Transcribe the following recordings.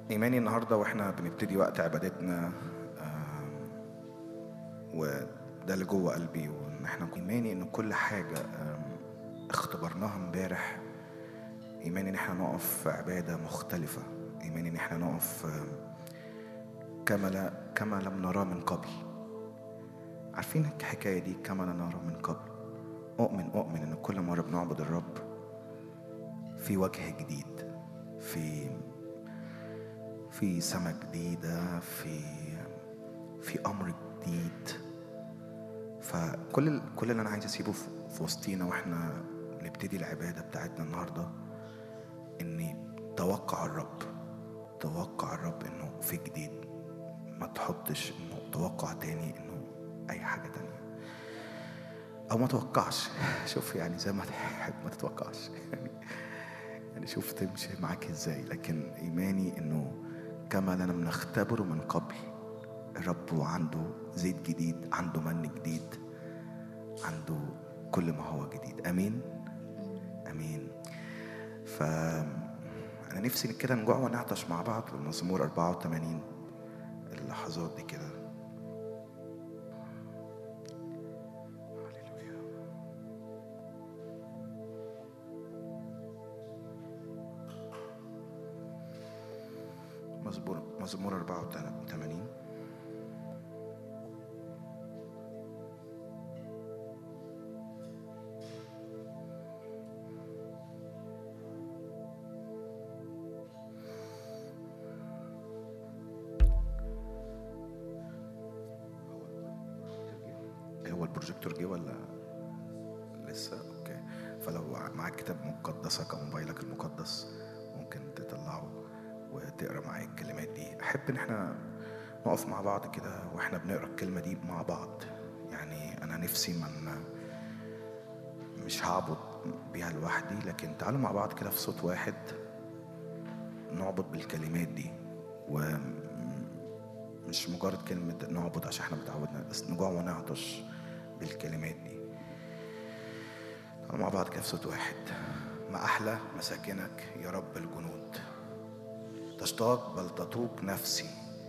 إيماني النهاردة وإحنا بنبتدي وقت عبادتنا، وده اللي جوه قلبي، وإن إحنا إيماني إن كل حاجة اختبرناها امبارح. إيماني إن إحنا نقف في عبادة مختلفة. إيماني إن إحنا نقف كما لم نرى من قبل. عارفين الحكاية دي، كما لا نرى من قبل. أؤمن إن كل مرة بنعبد الرب في وجه جديد، في سماء جديدة، في أمر جديد. فكل اللي أنا عايز أسيبه في وسطينا وإحنا نبتدي العبادة بتاعتنا النهاردة، إني توقع الرب إنه في جديد. ما تحطش إنه توقع تاني إنه أي حاجة تانية، أو ما توقعش. شوف يعني زي ما تحب ما تتوقعش. يعني شوف تمشي معاك إزاي. لكن إيماني إنه كما لم نختبره من قبل، الرب عنده زيت جديد، عنده من جديد، عنده كل ما هو جديد. أمين أمين. فأنا نفسي كده نجوع ونعطش مع بعض للمزمور 84. اللحظات دي كده. مزمور 84. هو البروجيكتور جه ولا لسه؟ اوكي. فلو معاك كتاب مقدسك او موبايلك المقدس ممكن تطلعه وتقرا معايا الكلمات دي. احب ان احنا نقف مع بعض كده واحنا بنقرا الكلمه دي مع بعض. يعني انا نفسي مش هعبد بيها لوحدي، لكن تعالوا مع بعض كده في صوت واحد نعبد بالكلمات دي. ومش مجرد كلمة نعبد عشان احنا متعودنا، بس نجوع ونعطش بالكلمات دي. تعالوا مع بعض كده في صوت واحد. ما أحلى مساكنك يا رب الجنود، تشتاق بل تطوق نفسي،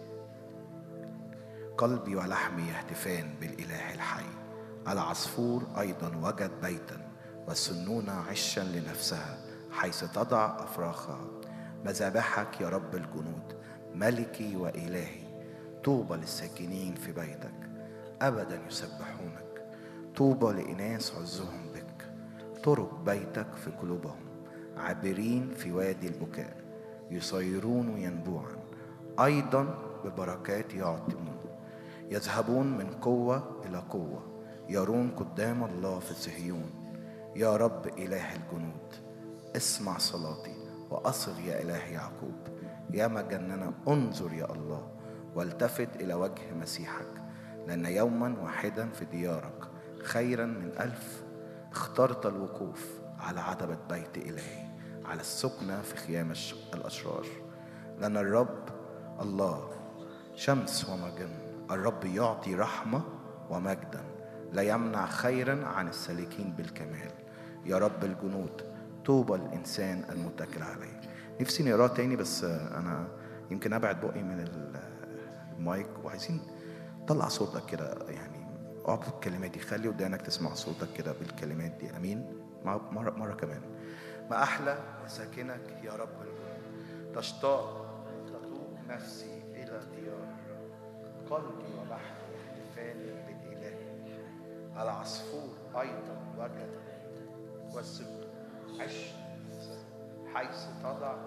قلبي ولحمي يهتفان بالإله الحي. العصفور أيضا وجد بيتا، والسنونة عشا لنفسها حيث تضع أفراخها. مذابحك يا رب الجنود ملكي وإلهي، طوبى للساكنين في بيتك أبدا يسبحونك. طوبى لإناس عزهم بك، طرق بيتك في قلوبهم. عابرين في وادي البكاء يصيرون ينبوعا، أيضا ببركات يعطون. يذهبون من قوة إلى قوة، يرون قدام الله في صهيون. يا رب إله الجنود اسمع صلاتي وأصغ يا إله يعقوب. يا مجننا انظر يا الله والتفت إلى وجه مسيحك. لأن يوما واحدا في ديارك خيرا من 1000. اخترت الوقوف على عتبة بيت إلهي، على السكنة في خيام الأشرار. لأن الرب الله شمس ومجن، الرب يعطي رحمة ومجدا، لا يمنع خيرا عن السالكين بالكمال. يا رب الجنود طوبى الإنسان المتكل عليه. نفسي نقراه تاني، بس أنا يمكن أبعد بقي من المايك، وعايزين طلع صوتك كده. يعني اقعد الكلمات دي، خلي ودانك تسمع صوتك كده بالكلمات دي. أمين. مرة كمان. ما أحلى مساكنك يا رب الجنود، تشتاق تطوق نفسي إلى ديار، قلبي ولحمي يهتفان بالإله. العصفور أيضا وجد والسبت عش حيث تضع.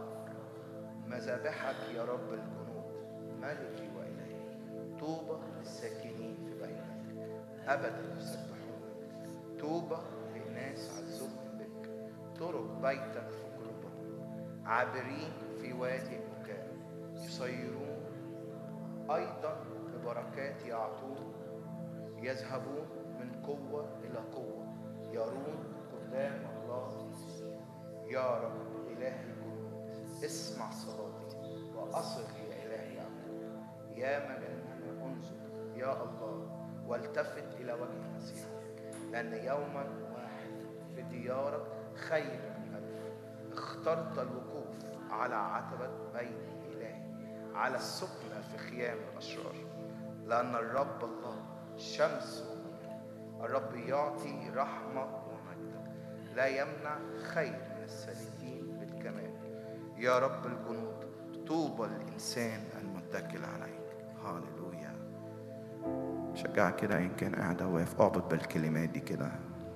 مذابحك يا رب الجنود ملكي وإلهي، طوبى للساكنين في بيتك أبدا يسبحونك. طوبى للناس عزهم بك، طرق بيتك في قلوبهم. عابرين في وادي البكاء يصيرون، أيضا ببركات يعطون. يذهبون من قوة إلى قوة، يرون قدام الله. يا رب إله الجنود اسمع صلاتي وأصغ يا إله يعقوب. يا مجننا انظر يا الله والتفت إلى وجه مسيحك. لأن يوما واحد في ديارك خير من 1000. اخترت الوقوف على عتبة بيت إلهي، على السكنة في خيام الأشرار، لأن الرب الله شمس، الرب يعطي رحمة ومجد، لا يمنع خير من السالكين بالكمال. يا رب الجنود، طوبى الإنسان المتكل عليك. هاليلويا. شجعك كده إن كان قاعد أو واقف، اعبد بالكلمات دي كده.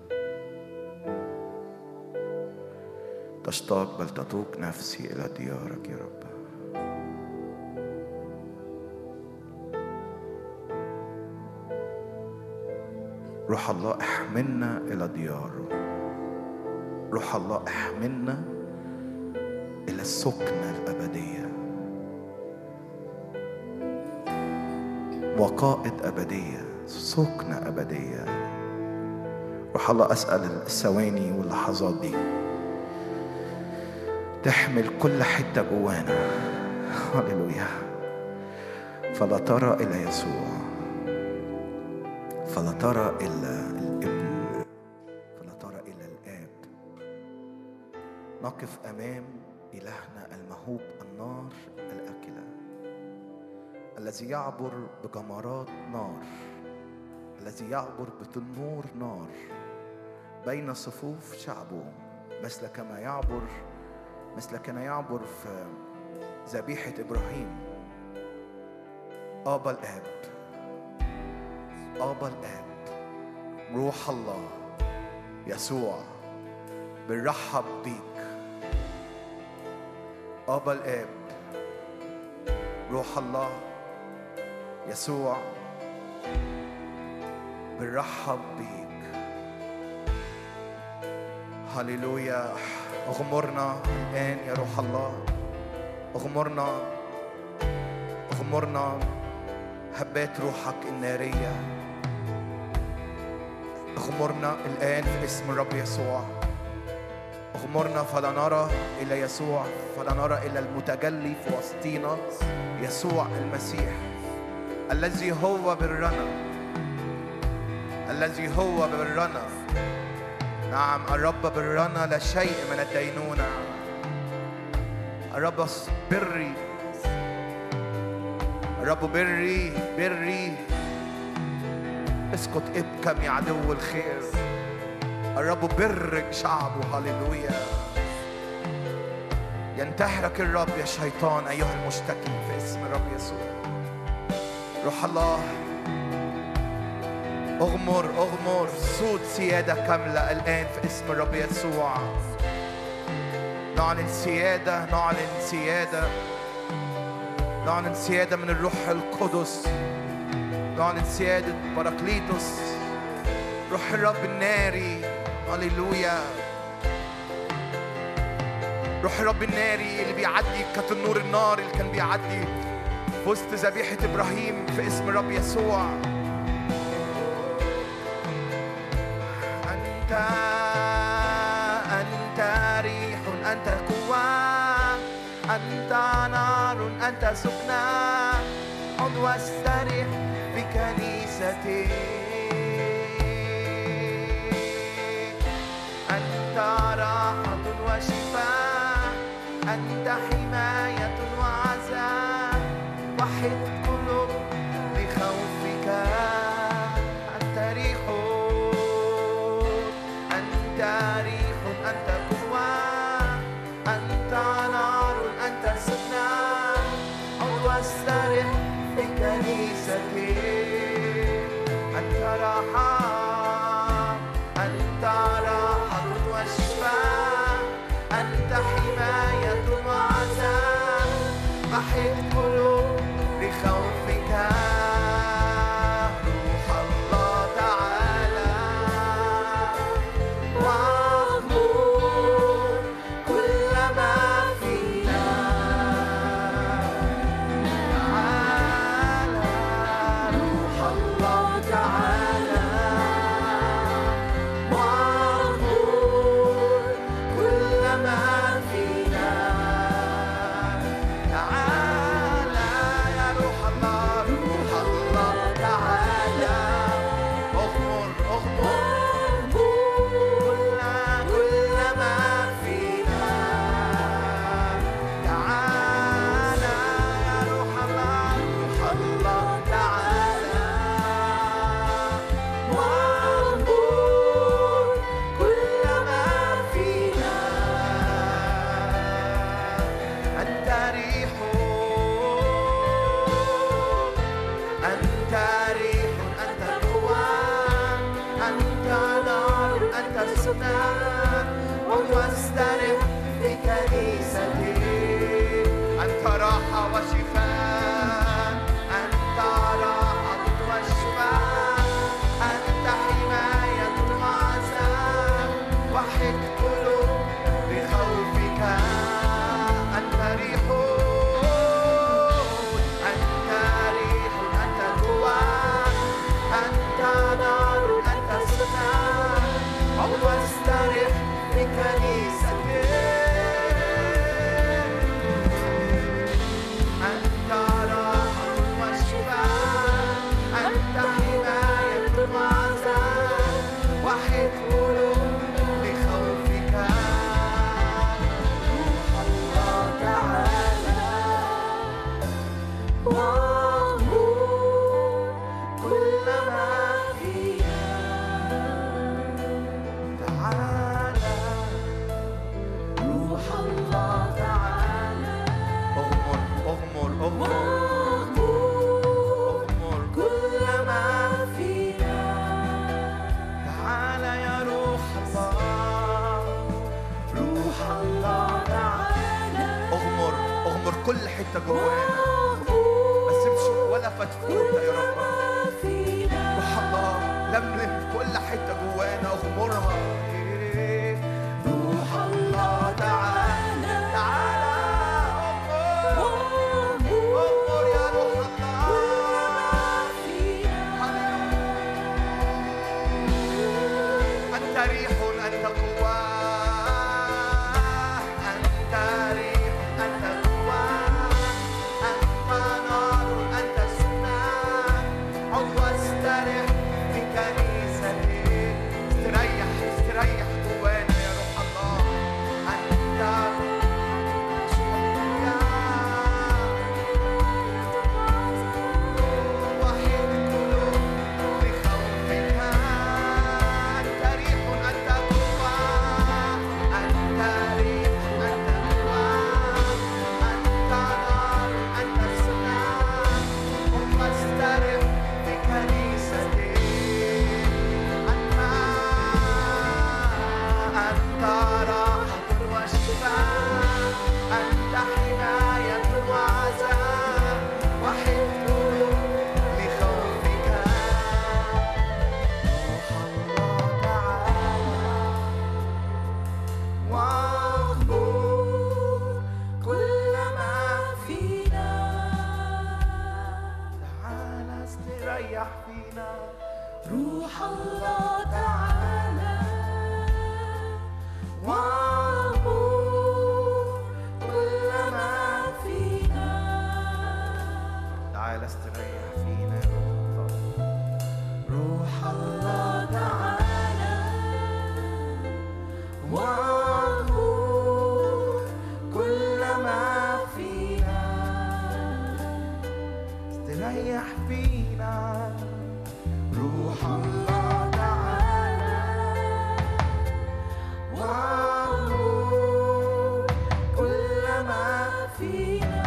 تشتاق بل تتوق نفسي إلى ديارك يا رب. روح الله احملنا إلى دياره. روح الله احملنا إلى السكنة الأبدية، وقائد أبدية، سكنة أبدية. روح الله أسأل الثواني واللحظات دي تحمل كل حتة جوانا. هللويا. فلا ترى إلى يسوع، فلا ترى إلا الابن، فلا ترى إلا الآب. نقف أمام إلهنا المهوب النار الأكلة، الذي يعبر بجمرات نار، الذي يعبر بتنور نار بين صفوف شعبه، مثل كان يعبر في ذبيحة إبراهيم. آبا الآب، آبا الآب، روح الله يسوع بنرحب بيك. آبا الآب، روح الله يسوع بنرحب بيك. هللويا. اغمرنا الآن يا روح الله، اغمرنا هبات روحك النارية. اغمرنا الآن في اسم الرب يسوع. اغمرنا فلا نرى إلا يسوع، فلا نرى إلا المتجلي في وسطينا، يسوع المسيح الذي هو برنا، الذي هو برنا. نعم، الرب برنا، لا شيء من الدينونة. الرب بري، الرب بري. اسكت ابكم يا عدو الخير. الرب بر شعبه. هللويا. ينتحرك الرب يا شيطان أيها المشتكي في اسم الرب يسوع. روح الله اغمر صوت سيادة كاملة الآن في اسم الرب يسوع. نعلن سيادة من الروح القدس، نعلن سيادة باراكليتوس، روح الرب الناري. هللويا. روح الرب الناري اللي بيعدي كتنور النار اللي كان بيعدي في وسط ذبيحة إبراهيم في اسم الرب يسوع. أنت ريح، أنت قوة، أنت نار، أنت سكنة. عد واستريح في كنيستي. أنت راحة وشفاء، أنت حماية وعزاء. وحد قلوب بخوفك. أنت ريح، أنت قوة، أنت نار، أنت سكنة. عد واستريح في كنيستي. أنت راحة وشفاء، أنت حماية وعزاء. أحد قلوب بخوفك. روح الله تعالى واغمر كل ما فينا. تعالى روح الله تعالى واغمر كل ما فينا. تعالى ريح، أنت ريح، أنت قوة، أنت نار، أنت سنة، عد واسترح في كنيستي. أنت راحة وشفاء، أنت راحة وشفاء، أنت حماية وعزاء، وحد قلوب بخوفك. أنت ريح، أنت ريح، أنت قوة، أنت نار، أنت سنة، عد واسترح في كنيستي. أنت راحة وشفاء، أنت حماية وعزاء، وحد قلوب لخوفك. روح الله تعالى وامور كل ما فينا. تعالى روح الله تعالى، اغمر اغمر اغمر اغمر كل ما فينا. تعالى يا روح الله، روح الله تعالى، اغمر اغمر كل حته جوانا، ما تسيبش ولا فتفوته يا رب. روح الله لملم كل حته جوانا، اغمرها. روح الله تعالى، تعالى اغمر يا روح الله. أنت ريح، أنت قوة، أنت ريح، أنت قوة، أنت نار، أنت سنة، عد واسترح في كنيستي. استريح استريح جوانا يا روح الله. أنت وحيد قلوب لخوفك. أنت ريح، أنت قوة، أنت ريح، أنت قوة، أنت نار، أنت سنة، عد واسترح في كنيستي. أنت راحة وشفاء، أنت حماية وعزاء، وحد قلوب لخوفك. روح الله تعالى واغمر كل ما فينا. تعالى استريح فينا. روح الله تعالى واغمر كل ما فينا. تعالى استريح فينا يا روح الله. روح الله تعالى واغمر كل ما فينا. استريح فينا. روح الله تعالى واغمر كل ما فينا.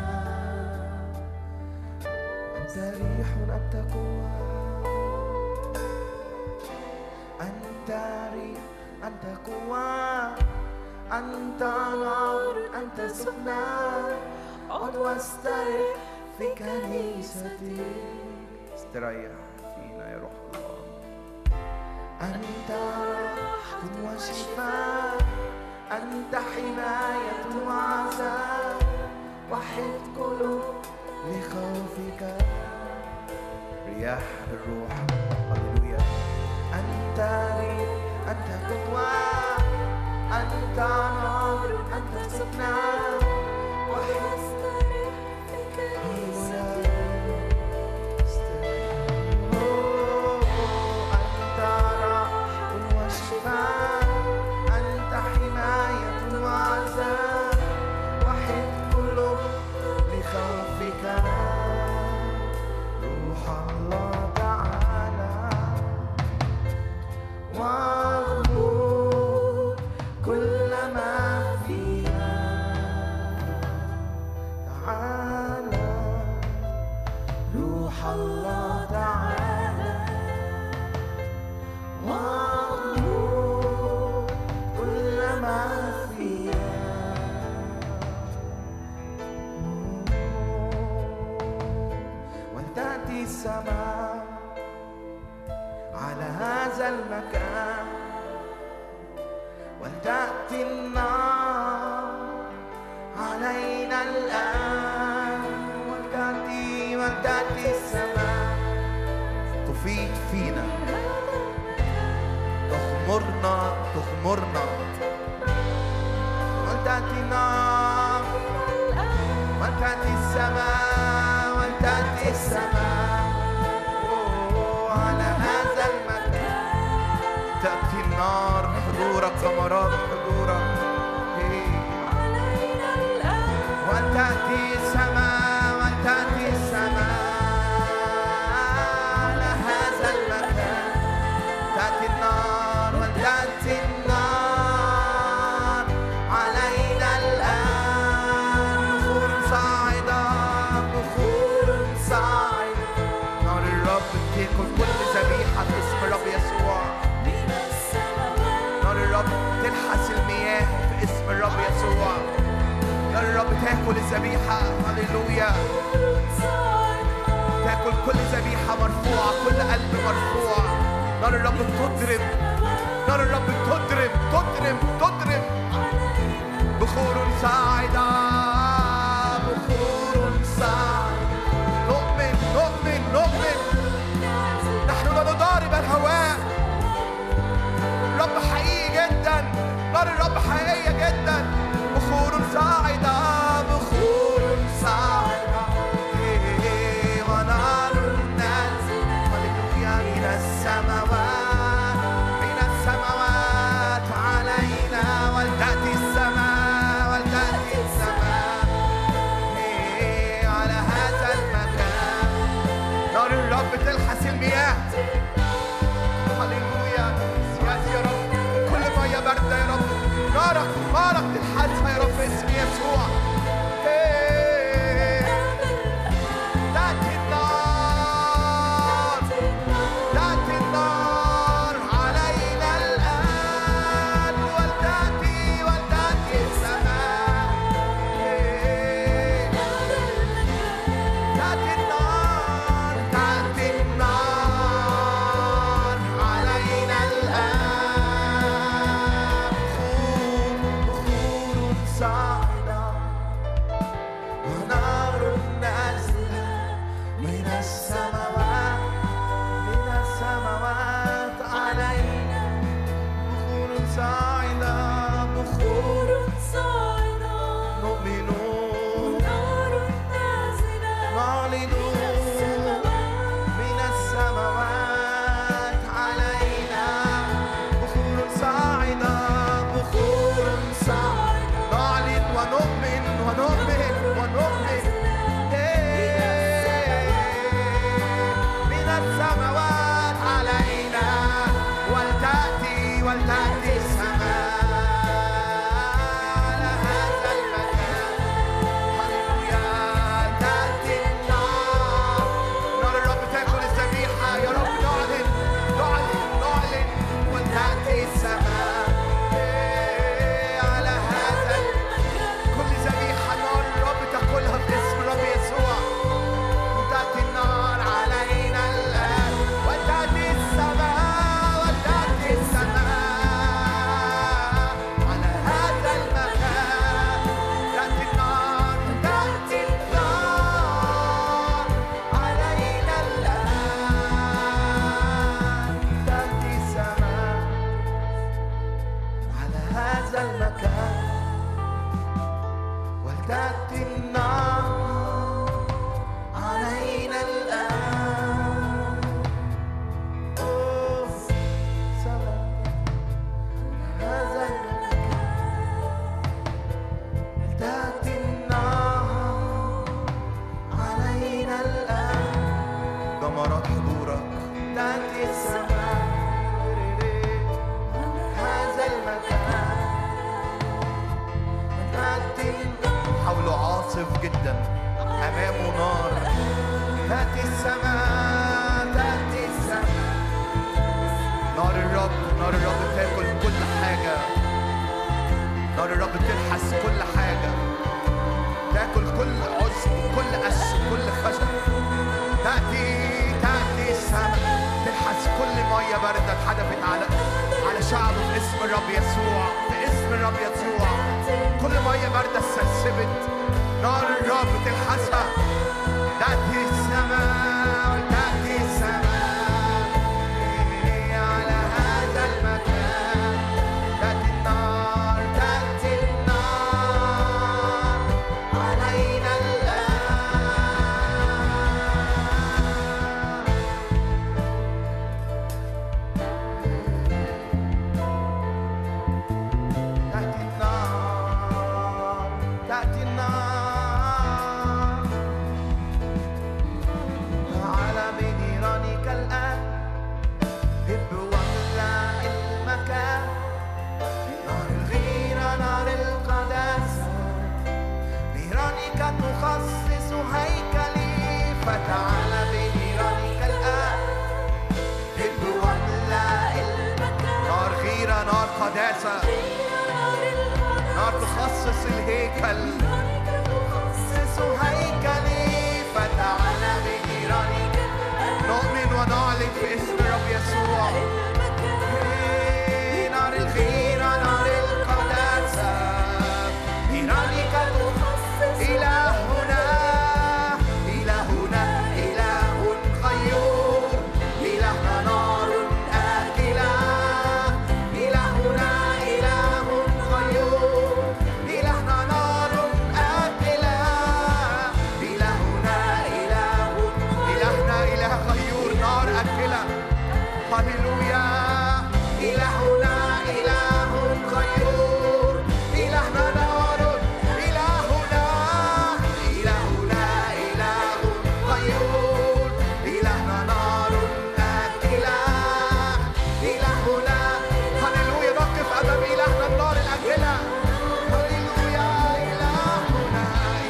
أنت ريح، أنت قوة، أنت ريح، أنت قوة، أنت نار، أنت سنة، عد واسترح في كنيستي. استريح فينا يا روح الله. أنت راحة وشفاء، أنت حماية وعزاء، وحد قلوب لخوفك. رياح الروح، هللويا. أنت ريح، أنت قوة، أنت نار، أنت سكنة، وحد في كنيستي. أنت راحة وشفاء، أنت حماية وعزاء، وحد قلوب لخوفك. روح الله تعالى واغمر كل ما فينا. الله تعالى واملؤ كل ما فيها ولتأتي السماء على هذا المكان ولتأتي النار علينا الآن ولتأتي السماء تفيض فينا تغمرنا ولتأتي النار ولتأتي السماء على هذا المكان تأتي النار حضورك غمرات حضورك ولتأتي السماء على هذا المكان تأتي النار ولتأتي النار علينا الآن بخور صاعدة نار الرب تأكل كل ذبيحة باسم الرب يسوع نار الرب تلحس المياه في اسم الرب يسوع نار الرب تأكل الذبيحة هللويا تأكل كل ذبيحة مرفوعة كل قلب مرفوع نار الرب تضرب بخور صاعدة نؤمن نحن لا نضارب الهواء الرب حقيقي جدا نار الرب حقيقية جدا بخور صاعدة ونار نازل هللويا من السماوات علينا ولتأتي السماء على هذا المكان نار الرب تلحس المياه هللويا يا رب كل مية باردة يا رب نارك تلحسها يا رب في اسم يسوع تأتي النار علينا الآن ولتأتي السماء تأتي النار علينا الآن بخور صاعدة ونار نازلة من السماوات علينا بخور صاعدة نؤمن نعلن من السماوات علينا بخور صاعدة نعلن ونؤمن من السماوات علينا ولتأتي السماء على هذا المكان هللويا تأتي النار الرب تأكل الذبيحة يا رب نعلن ولتأتي السماء على هذا كل ذبيحة نار الرب تأكلها باسم الرب يسوع وتأتي النار علينا الآن وتأتي السماء على هذا المكان تأتي النار علينا الآن تأتي السماء على هذا المكان ولتأتي النار علينا الآن هذا المكان ولتأتي النار علينا الآن جمرات حضورك تأتي السماء هذا المكان حوله عاصف جدا أمامه نار تأتي السماء نار الرب تلحس كل حاجة، تاكل كل عشب كل قش كل خشب. تأتي السماء تلحس كل مية باردة اتحدفت على شعبه في اسم الرب يسوع، في اسم الرب يسوع. كل مية باردة استسبت نار الرب تلحسها. تأتي السماء تأتي السماء على هذا المكان. تأتي النار تأتي النار علينا الآن. تأتي النار تأتي النار على بنيرانك الآن. هب واملأ المكان. نار الغيرة نار القداسة، نيرانك تخصص هيكلي. فتعالى بنيرانك الآن. هب واملأ المكان. نار غيرة نار قداسة، نار تخصص الهيكل، تخصص هيكلي. فتعالى بنيرانك. نؤمن ونعلن في اسم الرب يسوع. نار الغيرة نار القداسة، نيرانك تخصص. إلهنا إلهنا إله غيور، إلهنا نار آكلة. إلهنا إله غيور، إلهنا نار آكلة. إلهنا إلهنا إله غيور نار آكلة. هللويا. إلهنا إله غيور، إلهنا نار. إلهنا إله غيور، إلهنا نار آكلة. إلهنا هللويا. نقف أمام إلهنا النار الآكلة. هللويا. إلهنا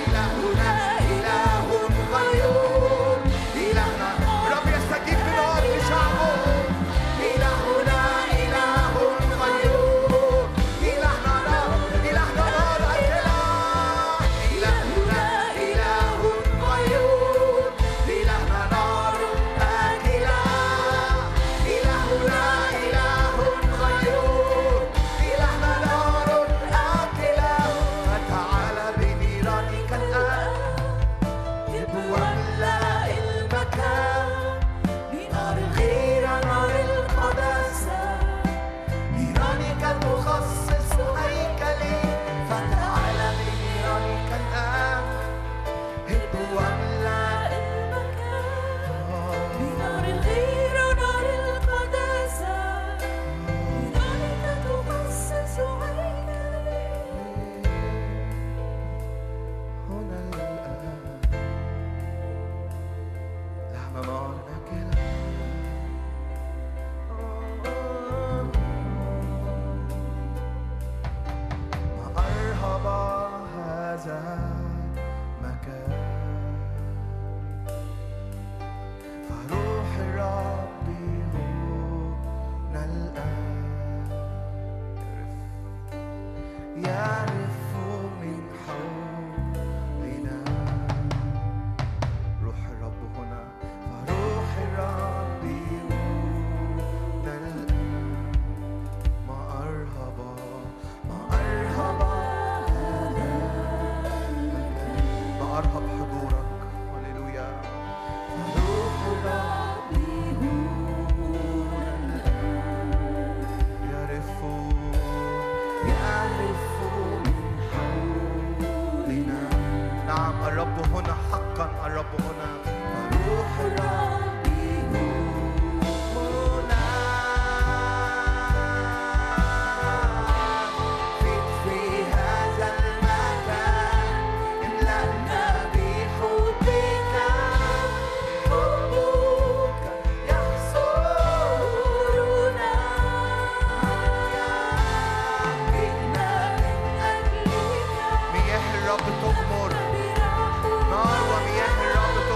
إله غيور، إلهنا. رب يستجيب بنار لشعبه. إلهنا إله غيور، إلهنا نار. إلهنا نار آكلة. إلهنا إله غيور، إلهنا نار آكلة. إلهنا إله غيور، إلهنا نار آكلة. فتعالى بنيرانك الآن. هب واملأ المكان. نار الغيرة نار القداسة، نيرانك تخصص هيكلي. فتعالى بنيرانك الآن. هب واملأ المكان. نار الغيرة نار القداسة، نيرانك تخصص هيكلي. هنا الآن. إلهنا نار آكلة. ما أرهب هذا المكان. فروح الرب هنا الآن. يعرف من حولنا. روح الرب هنا. فروح الرب هنا الآن. ما أرهب ما أرهب حضورك. هللويا. فروح الرب هنا الآن. يعرف من حولنا. نعم الرب هنا حقا. الرب هنا. فروح الرب هنا. في هذا المكان. املأنا بحبك. حبك يحصرنا. جئنا من أجلك. مياه الرب تغمر. نار ومياه الرب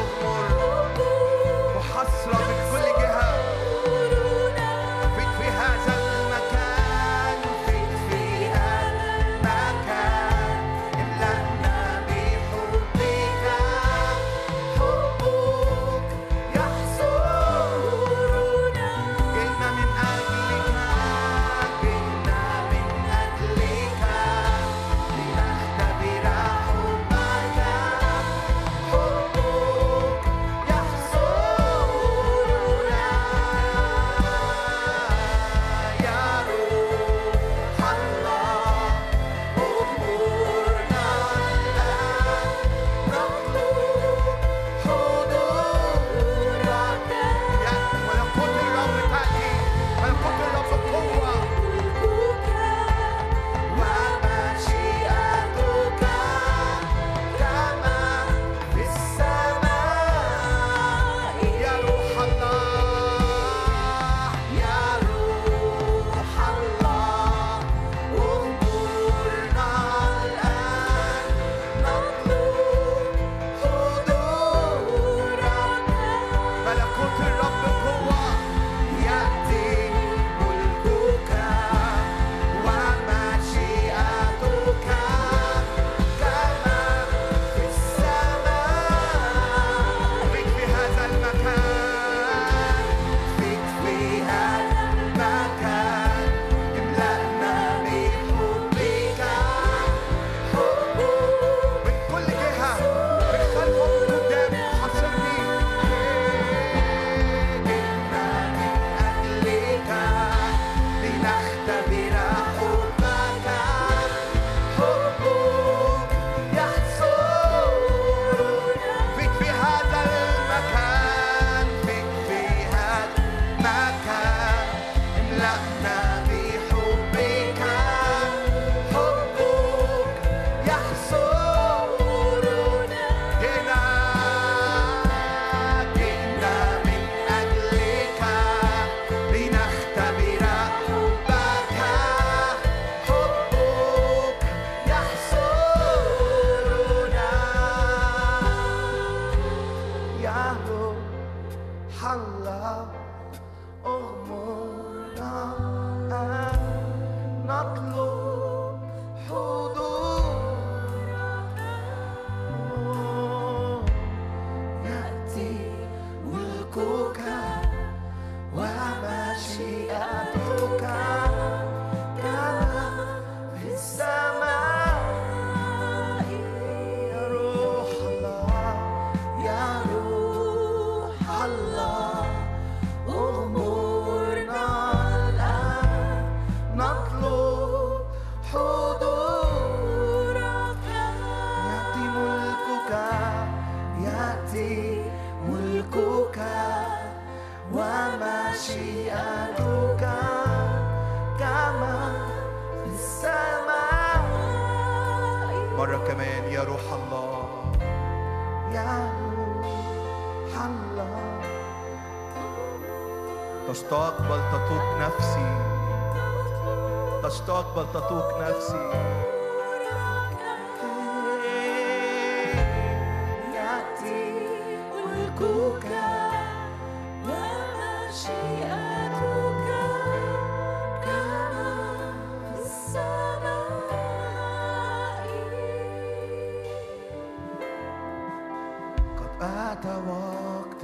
حل أغمرنا أن نطلب حضورك يأتي ملكك ومشيئتك كما في السماء يا روح الله يا روح الله أغمرنا الآن نطلب حضورك يأتي ملكك ومشيئتك كما في السماء مرة كمان يا روح الله يا روح الله تشتاق بل تطوق نفسي تشتاق بل تطوق نفسي يأتي ملكك ومشيئتك كما في السماء قد أتى وقت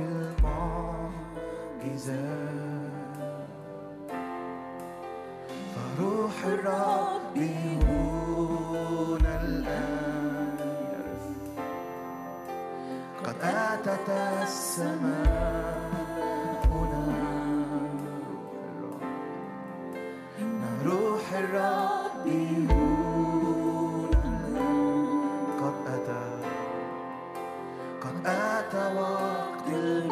المعجزات فروح الرب هنا الآن قد أتت السماء هنا إن روح الرب هنا قد أتى وقت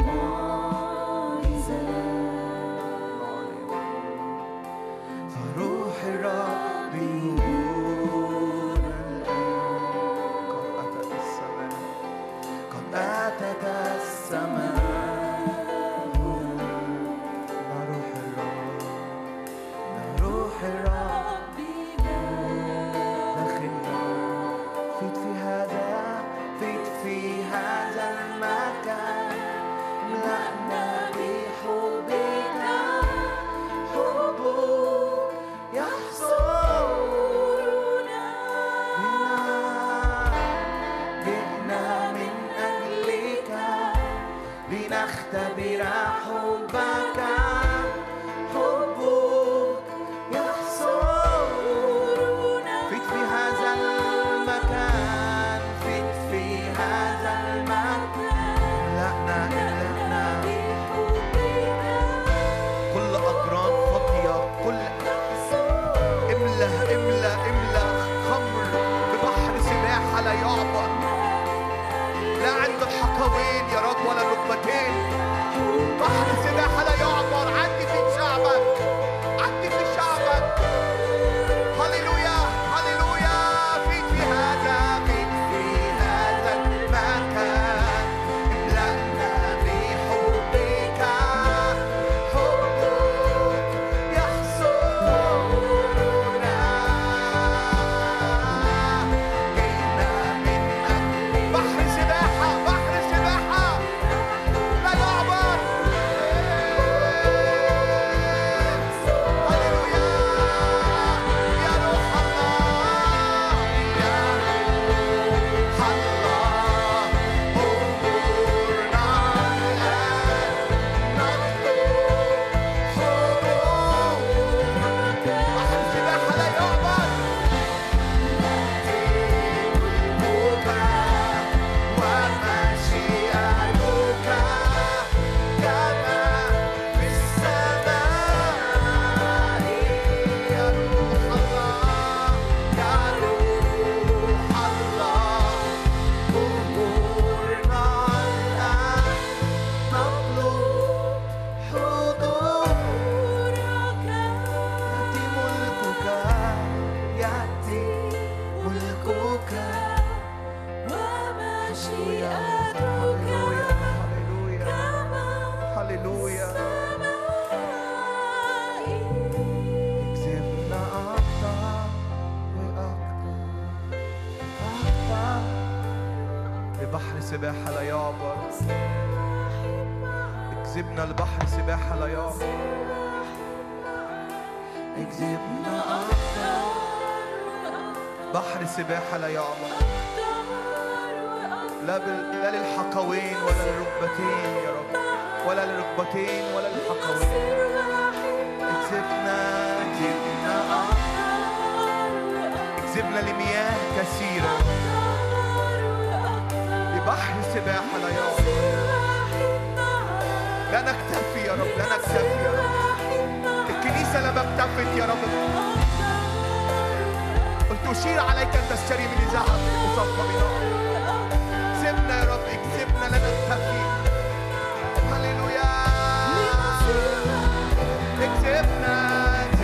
المعجزات فروح الرب أتت السماء روح الرب دخلنا فيت في هذا المكان ملأنا بحبك حبك يحصرنا جئنا من أجلك لنختبر حبك حبك يحصرنا فيت في هذا المكان فيت في هذا المكان ملأنا كل أقران فاضية كل املأ خمر ببحر سباحة لا يعبر لا عند الحقوين يا رب ولا الركبتين بحر سباحة لا يعبر عدي في شعبك هللويا هللويا فيت في هذا المكان املأنا بحبك حبك يحصرنا جئنا من أجل بحر سباحة لا يعبر هللويا يا روح الله يا روح الله أمورنا الآن نطلب حضورك بحر سباحة لا يعبر ملكك ومشيئتك كما في السماء يا روح الله يا روح الله أمورنا الآن نطلب حضورك يأتي ملكك ومشيئتك هللويا اكسبنا أكتر وأكتر ببحر سباحة لا يعبر اجذبنا لبحر سباحة لا يعبر. اجذبنا أكتر، بحر سباحة لا يعبر، لا للحقوين ولا للركبتين يا رب، ولا للركبتين ولا للحقوين. اجذبنا اجذبنا لمياه كثيرة، لبحر سباحة لا يعبر. لا نكتفي يا رب، لا نكتفي يا رب. الكنيسة لم اكتفت يا رب. قلت أشير عليك أن تشتري من ذهب مصفى بنار. اكسبنا يا رب، اكسبنا، لا نكتفي. هللويا. اكسبنا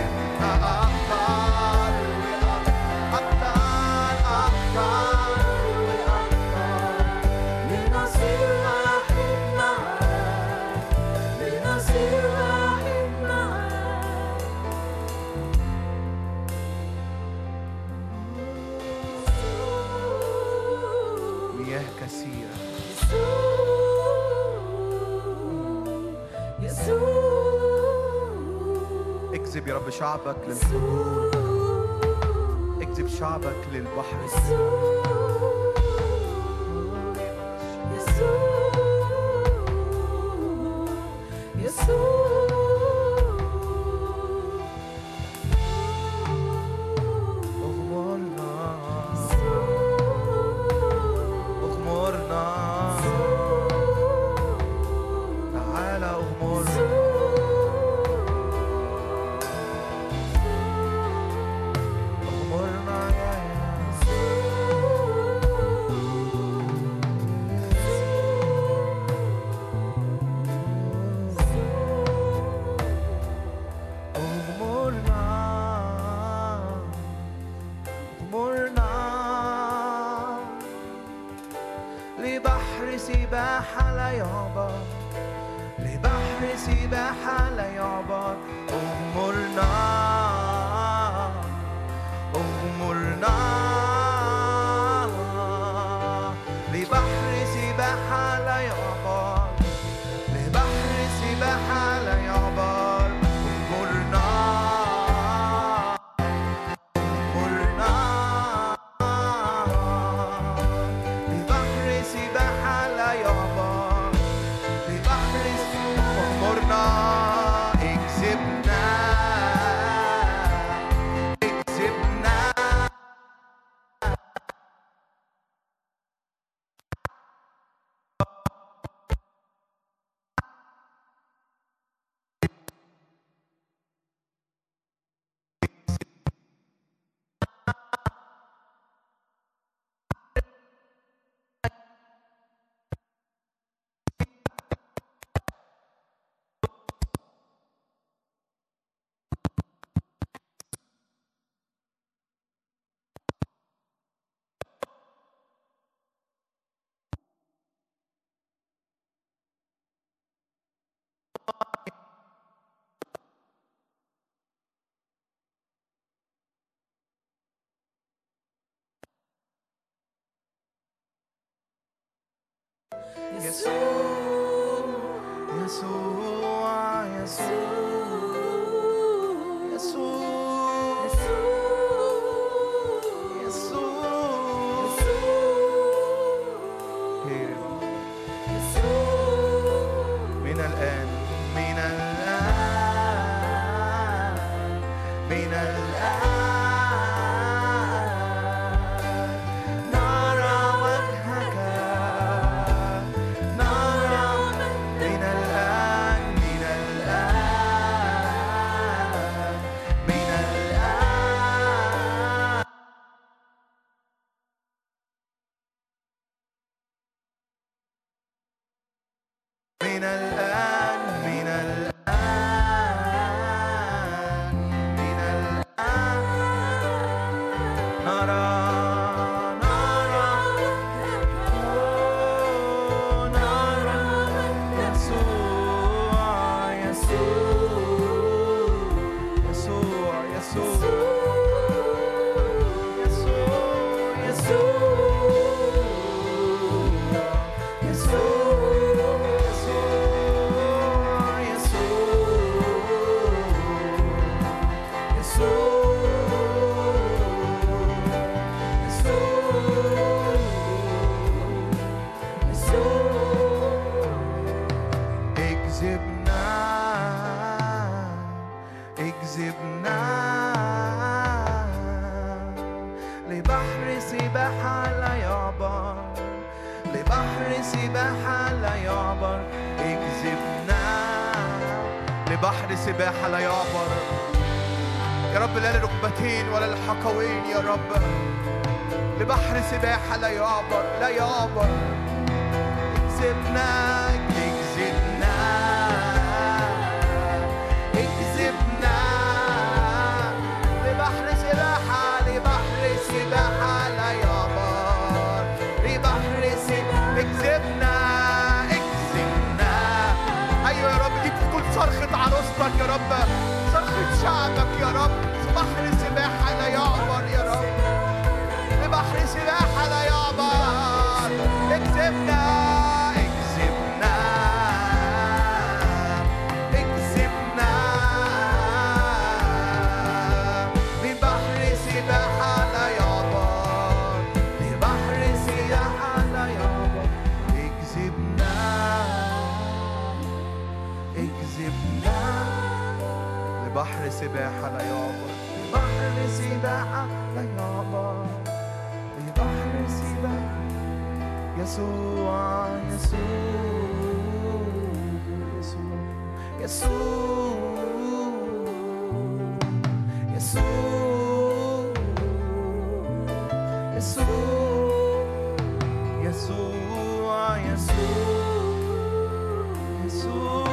اجذب يا رب شعبك للحضور، اجذب شعبك للبحر. سباحة لا يعبر، اجذبنا لبحر سباحة لا يعبر يا رب، لا للركبتين ولا للحقوين يا رب، لبحر سباحة لا يعبر لا يعبر. اجذبنا اجذبنا اجذبنا لبحر سباحة، لبحر سباحة لا يعبر، لبحر سباحة اجذبنا اجذبنا. ايوه يا رب، دي بتكون صرخة عروستك يا رب، صرخة شعبك يا رب. بحر سباحة لا يعبر يا رب، لبحر سباحة لا يعبر. اكذبنا اكذبنا اكذبنا لبحر سباحة لا يعبر، لبحر سباحة لا يعبر. اكذبنا اكذبنا لبحر سباحة لا يعبر، لبحر سباحة لا يعبر، لبحر سباحة. يسوع يسوع يسوع يسوع يسوع يسوع يسوع يسوع.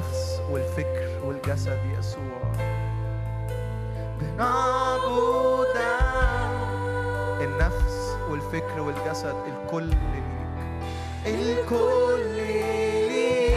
والفكر والجسد يسوع بنعبد والجسد الكل ليك، الكل ليك.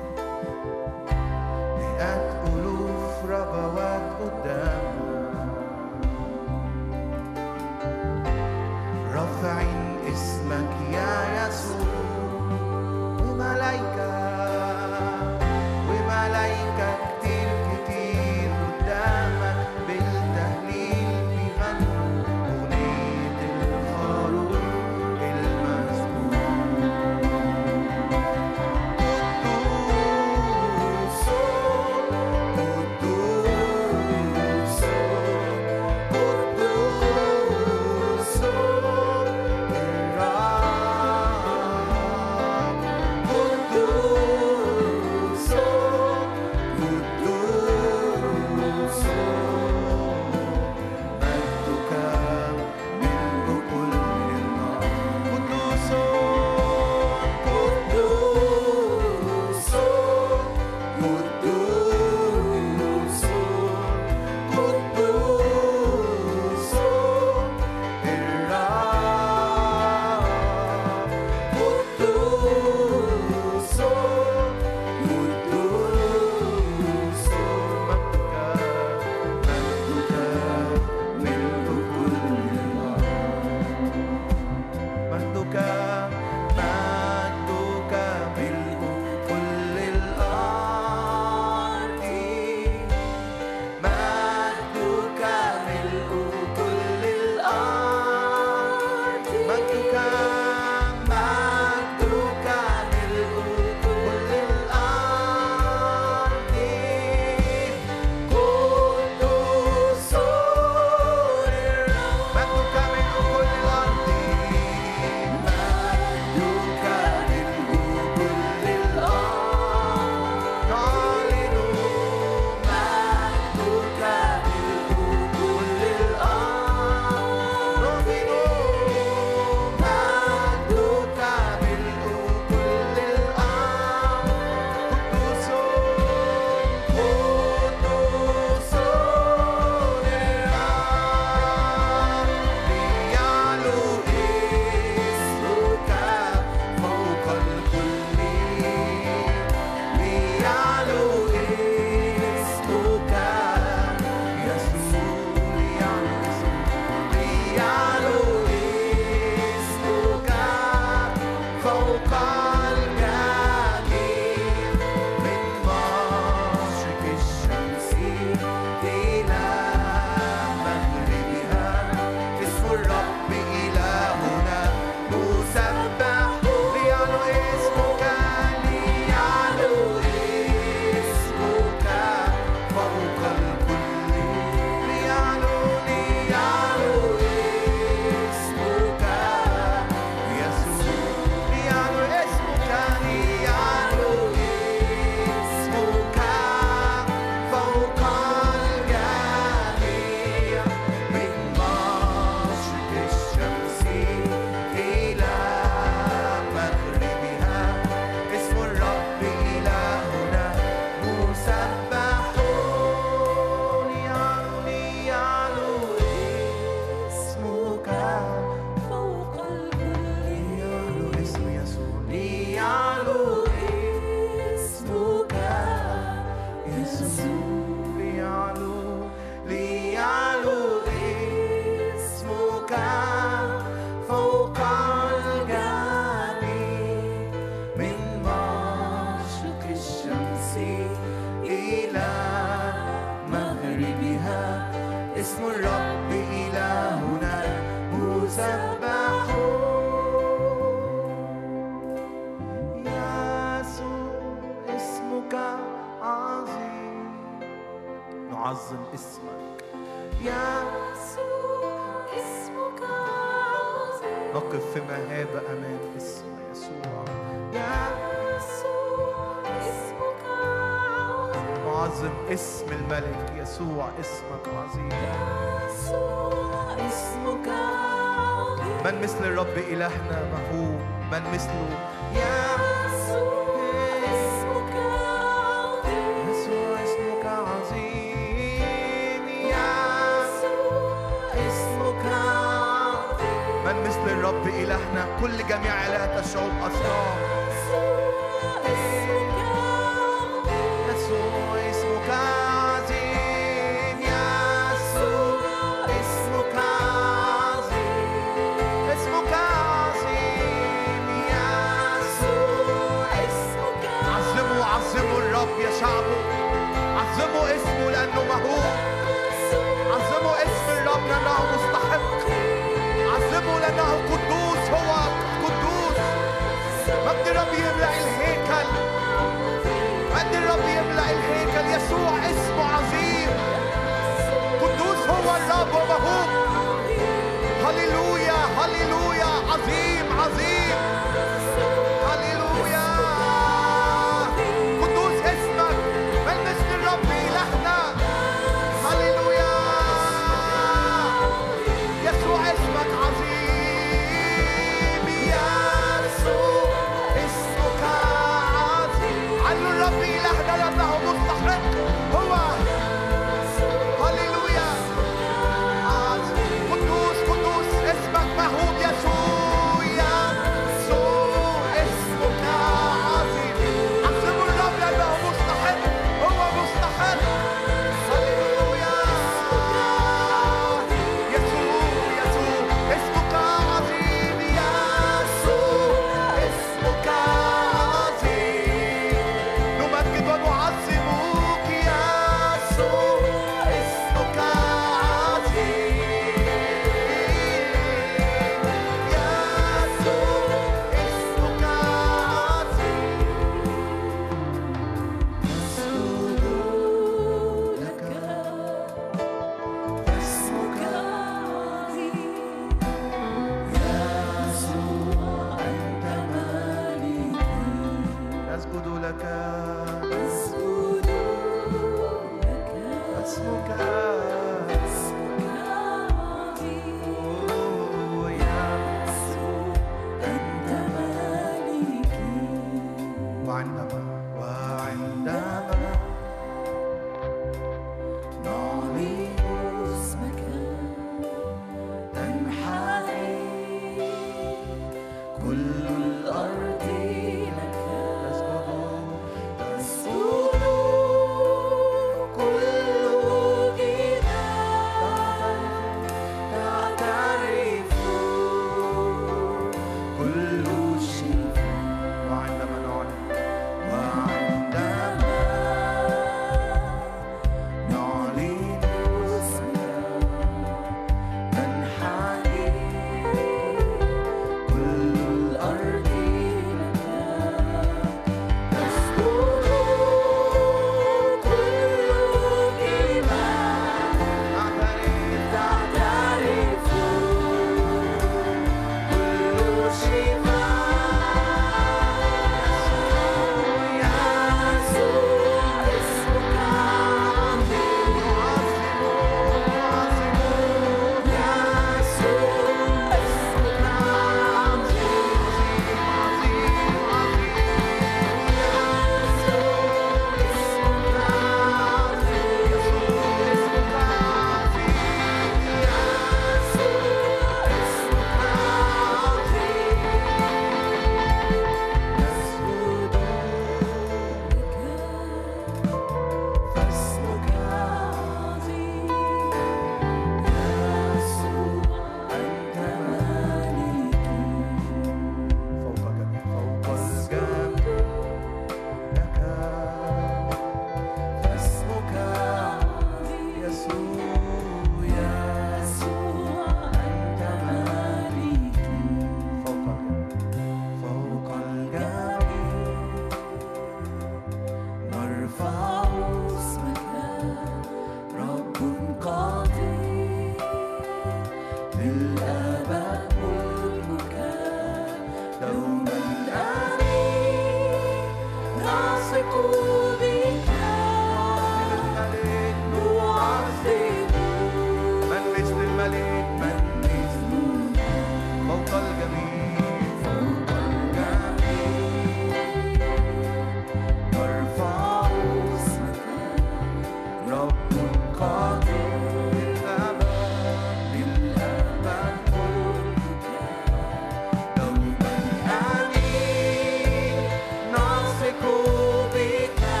دوما آمين نثق بك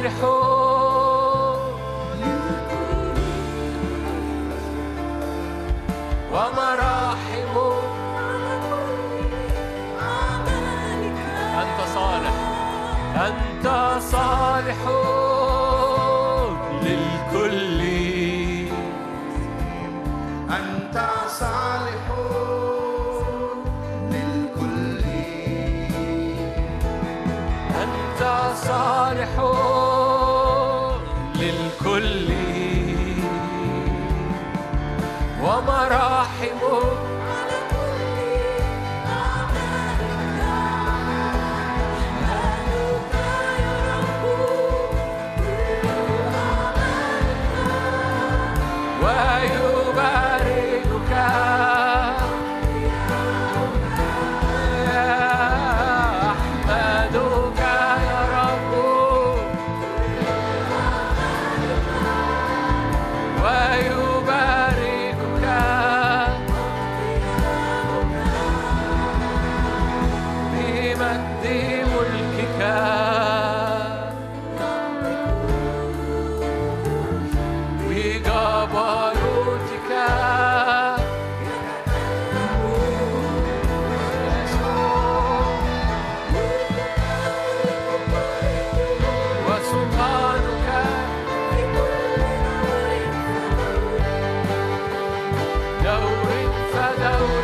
ومراحم. أنت صالح، أنت صالح للكل، أنت صالح للكل، أنت صالح للكل، ومراحمك على كل أعمالك. أحمدك يا رب كل أعمالك، ويباركك أحمدك يا رب ويباركك بمجد ملكك بجبروتك وسلطانك دور فدور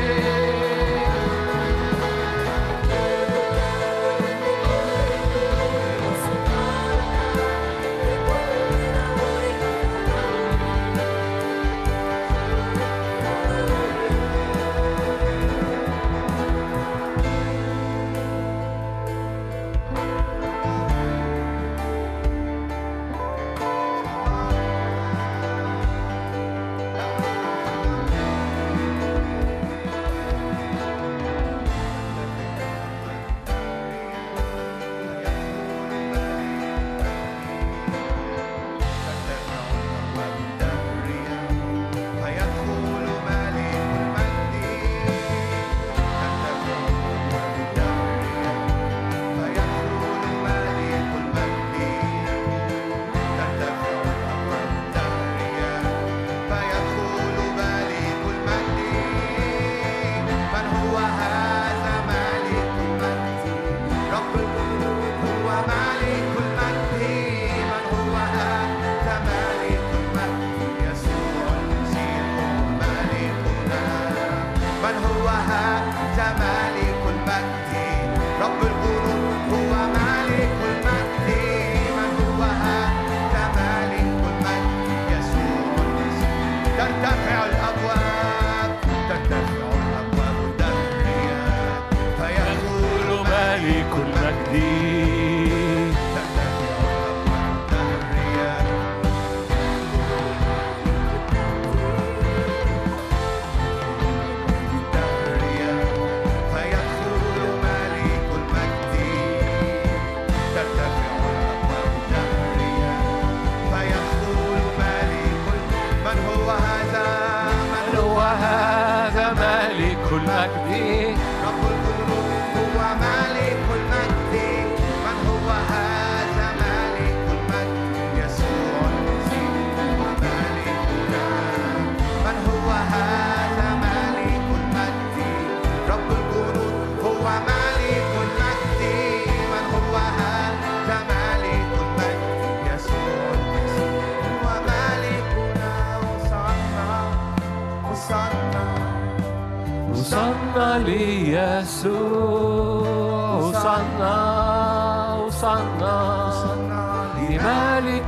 لمالك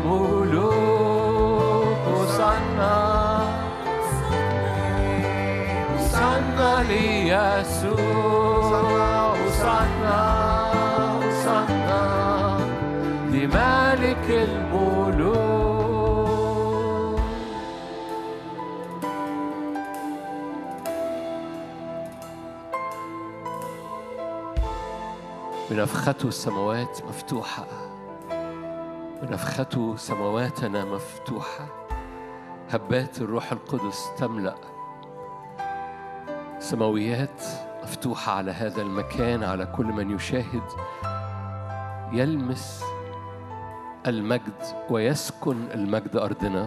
الملوك وصلنا ليسوع وصلنا لمالك الملوك. بنفخته السماوات مفتوحة، بنفخته سماواتنا مفتوحة، هبات الروح القدس تملأ سماويات مفتوحة على هذا المكان، على كل من يشاهد يلمس المجد ويسكن المجد أرضنا.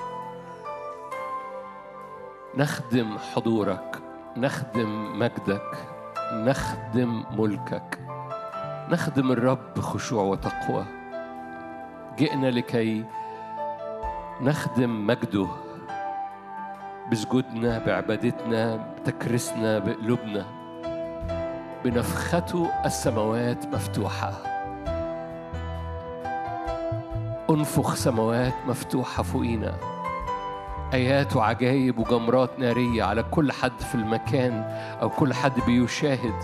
نخدم حضورك، نخدم مجدك، نخدم ملكك، نخدم الرب بخشوع وتقوى. جئنا لكي نخدم مجده بسجودنا، بعبادتنا، بتكريسنا، بقلوبنا. بنفخته السماوات مفتوحة. انفخ سماوات مفتوحة فوقينا، آيات وعجائب وجمرات نارية على كل حد في المكان أو كل حد بيشاهد.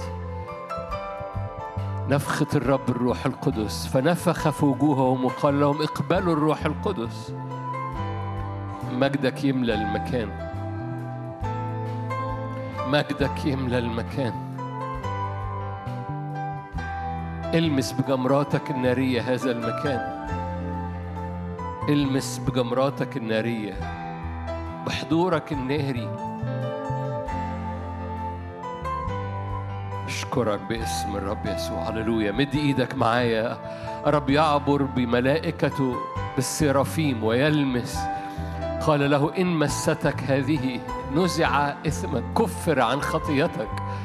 نفخة الرب الروح القدس، فنفخ في وجوههم وقال لهم اقبلوا الروح القدس. مجدك يملى المكان، مجدك يملى المكان. المس بجمراتك النارية هذا المكان، المس بجمراتك النارية، بحضورك الناري. أشكرك باسم الرب يسوع. هللويا. مد إيدك معايا. رب يعبر بملائكته بالسرافيم ويلمس. قال له إن مستك هذه نزع إثمك، كفر عن خطيتك.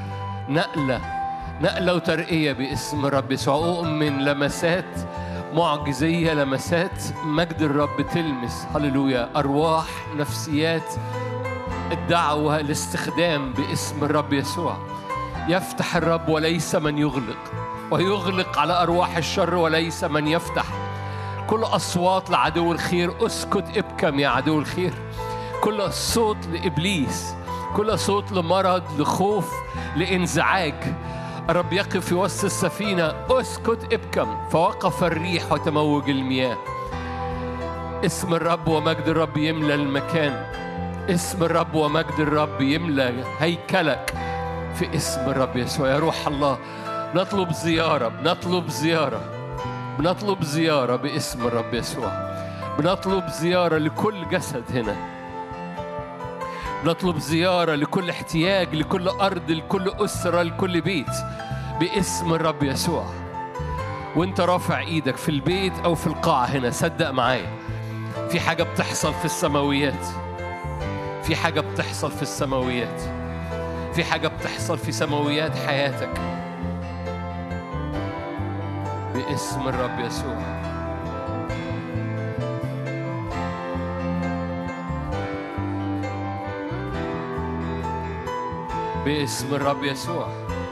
نقلة وترقية باسم الرب يسوع. أؤمن لمسات معجزية، لمسات مجد الرب تلمس. هللويا. أرواح، نفسيات، الدعوة، الاستخدام باسم الرب يسوع. يفتح الرب وليس من يغلق، ويغلق على أرواح الشر وليس من يفتح. كل أصوات لعدو الخير اسكت، ابكم يا عدو الخير. كل صوت لإبليس، كل صوت لمرض، لخوف، لإنزعاج، الرب يقف في وسط السفينة. اسكت ابكم. فوقف الريح وتموج المياه. اسم الرب ومجد الرب يملى المكان. اسم الرب ومجد الرب يملى هيكلك في اسم الرب يسوع. يا روح الله نطلب زيارة، بنطلب زيارة باسم الرب يسوع. بنطلب زيارة لكل جسد هنا، بنطلب زيارة لكل احتياج، لكل أرض، لكل أسرة، لكل بيت باسم الرب يسوع. وانت رافع ايدك في البيت أو في القاعة هنا، صدق معايا في حاجة بتحصل في السماويات، في حاجة بتحصل في السماويات، في حاجة بتحصل في سماويات حياتك باسم الرب يسوع. باسم الرب يسوع.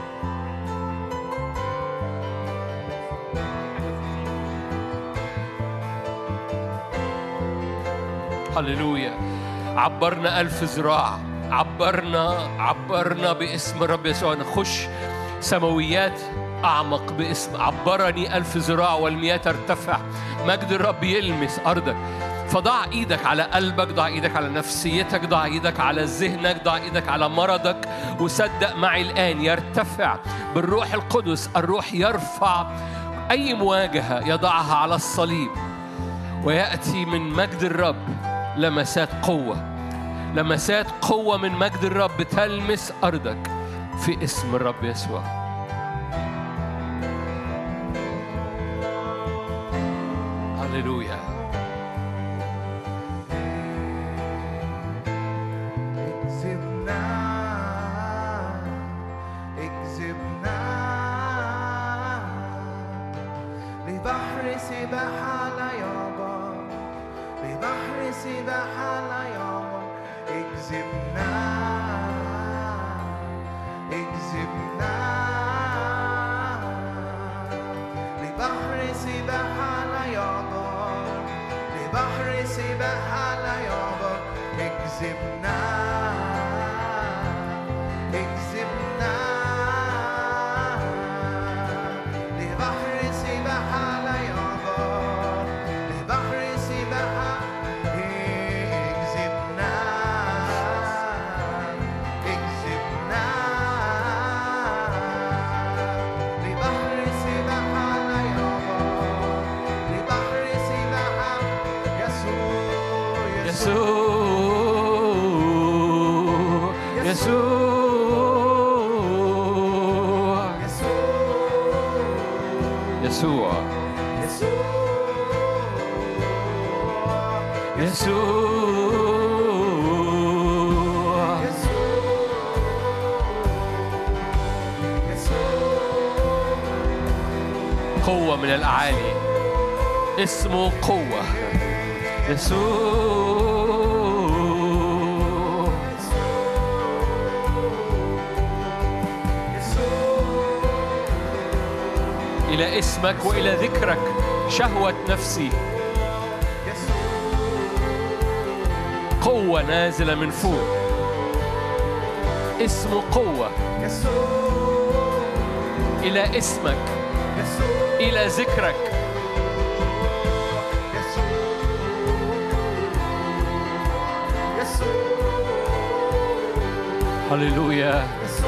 هللويا. عبرنا 1000 ذراع، عبرنا باسم الرب يسوع. نخش سماويات أعمق باسم. عبرني 1000 ذراع والمياه ترتفع. مجد الرب يلمس أرضك. فضع إيدك على قلبك، ضع إيدك على نفسيتك، ضع إيدك على ذهنك، ضع إيدك على مرضك، وصدق معي الآن يرتفع بالروح القدس. الروح يرفع أي مواجهة يضعها على الصليب، ويأتي من مجد الرب لمسات قوة من مجد الرب تلمس أرضك في اسم الرب يسوع. هللويا. اكذبنا لبحر سباحة لا يعبر، لبحر سباحة لا يعبر. اكذبنا لبحر سباحة لا يعبر، لبحر سباحة لا يعبر. اكذبنا لبحر سباحة لا يعبر، لبحر سباحة. قوة من الأعالي، اسمه قوة. يسوع إلى اسمك وإلى ذكرك شهوة نفسي. قوة نازلة من فوق، اسمه قوة. إلى اسمك، إلى ذكرك. هللويا.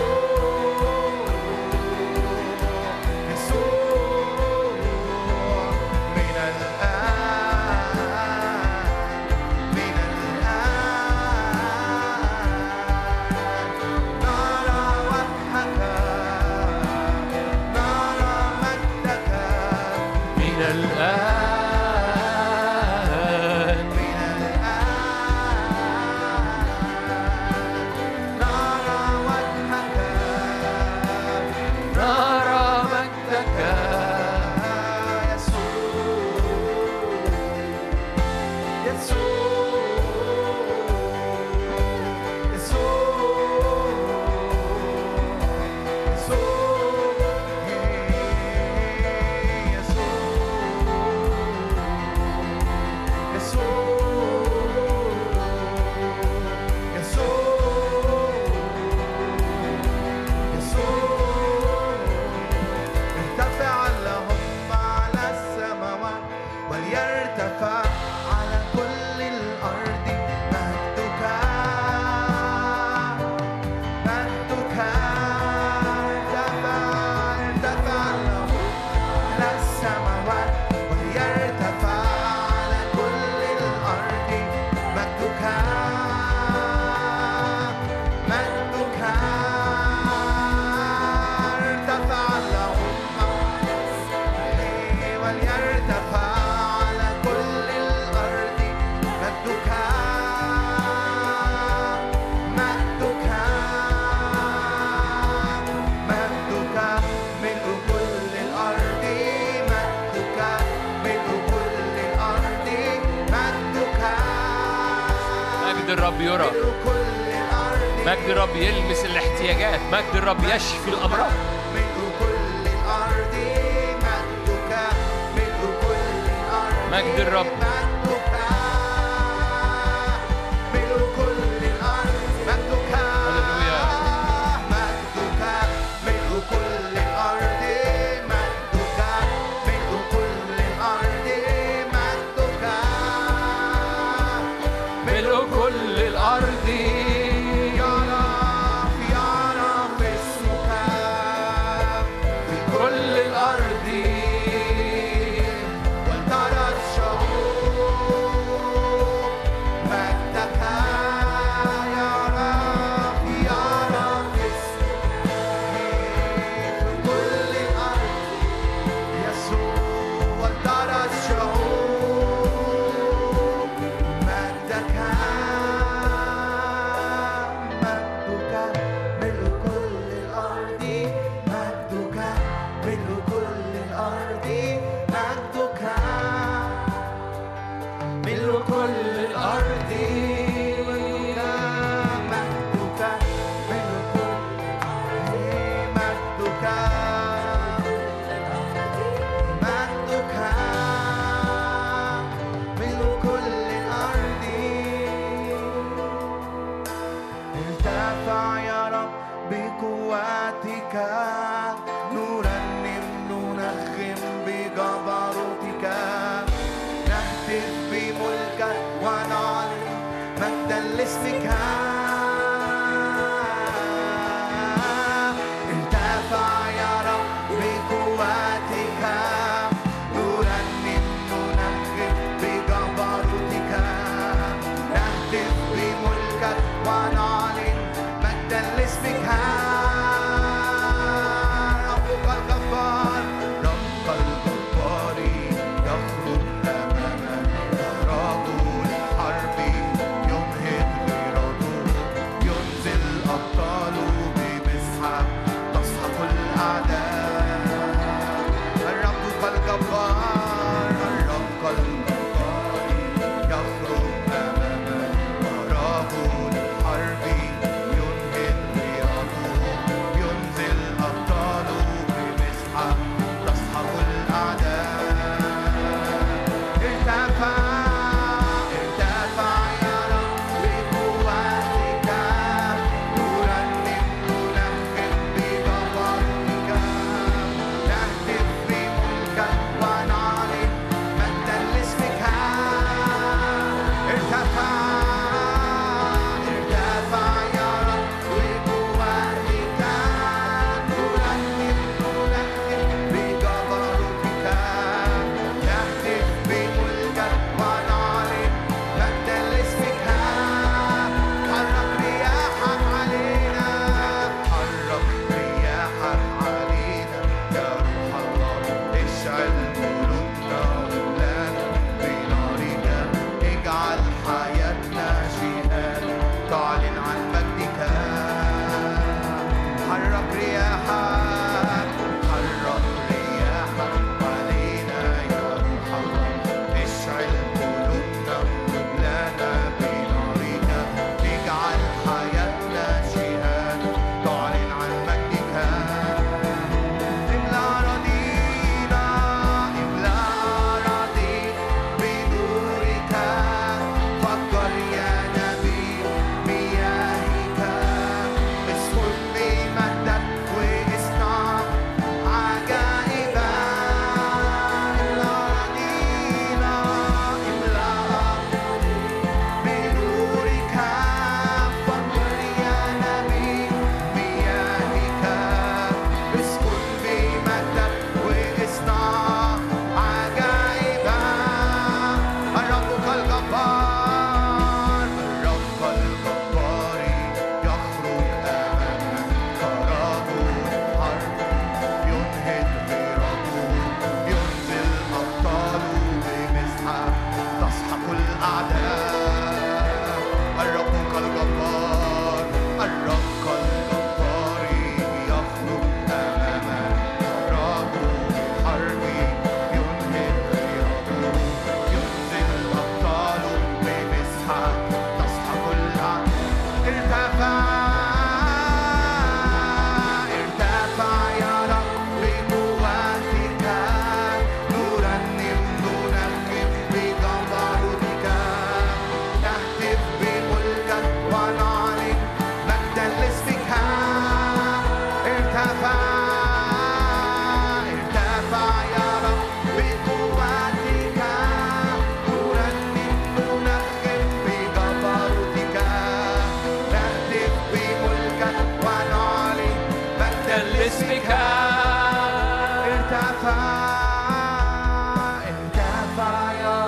الرب يرى، مجد الرب يلمس الاحتياجات، مجد الرب يشفي الأمراض. مجد الرب والترى الشعوب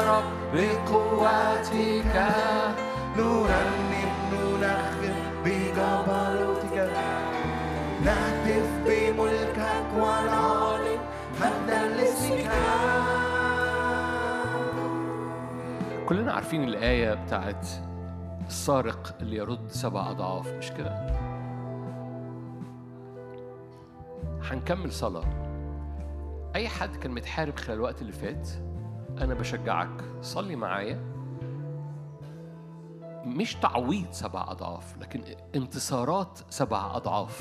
رب بقوتك، نرنم ننخر بجبروتك، نهتف بملكك ونعلن مجدا لاسمك. كلنا عارفين الآية بتاعت السارق اللي يرد 7 أضعاف، مش كده؟ هنكمل صلاة. أي حد كان متحارب خلال الوقت اللي فات، أنا بشجعك صلي معايا، مش تعويض 7 أضعاف، لكن انتصارات 7 أضعاف.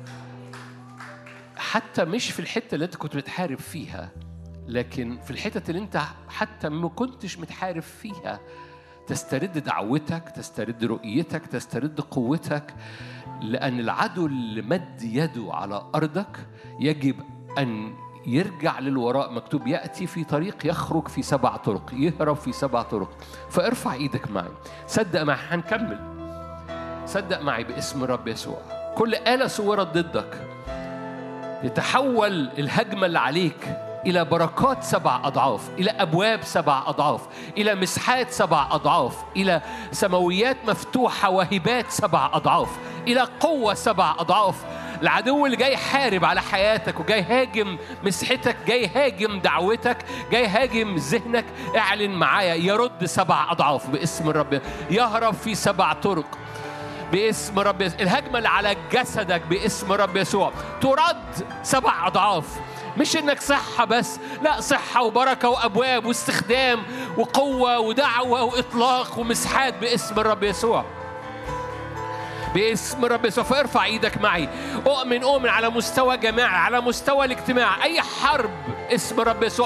حتى مش في الحتة اللي أنت كنت بتحارب فيها، لكن في الحتة اللي أنت حتى ما كنتش متحارب فيها، تسترد دعوتك، تسترد رؤيتك، تسترد قوتك. لأن العدو اللي مد يده على أرضك يجب أن يرجع للوراء. مكتوب يأتي في طريق يخرج في 7 طرق، يهرب في 7 طرق. فارفع ايدك معي، صدق معي، هنكمل. صدق معي باسم الرب يسوع، كل آلة صورت ضدك يتحول الهجمة اللي عليك إلى بركات 7 أضعاف، إلى أبواب 7 أضعاف، إلى مسحات 7 أضعاف، إلى سماويات مفتوحة وهبات 7 أضعاف، إلى قوة 7 أضعاف. العدو اللي جاي حارب على حياتك وجاي هاجم مسحتك، جاي هاجم دعوتك، جاي هاجم ذهنك، اعلن معايا يرد 7 أضعاف باسم الرب، يهرب في 7 طرق باسم رب يسوع. الهجمة اللي على جسدك باسم رب يسوع ترد 7 أضعاف. مش إنك صحة بس، لا، صحة وبركة وأبواب واستخدام وقوة ودعوة وإطلاق ومسحات باسم الرب يسوع، باسم الرب يسوع. فارفع ايدك معي، أؤمن على مستوى جماعي، على مستوى الاجتماع، أي حرب اسم الرب يسوع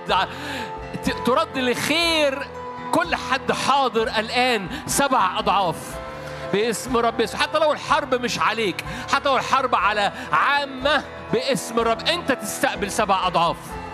ترد لخير كل حد حاضر الآن 7 أضعاف باسم رب يسوع. حتى لو الحرب مش عليك، حتى لو الحرب على عامة، باسم الرب أنت تستقبل 7 أضعاف.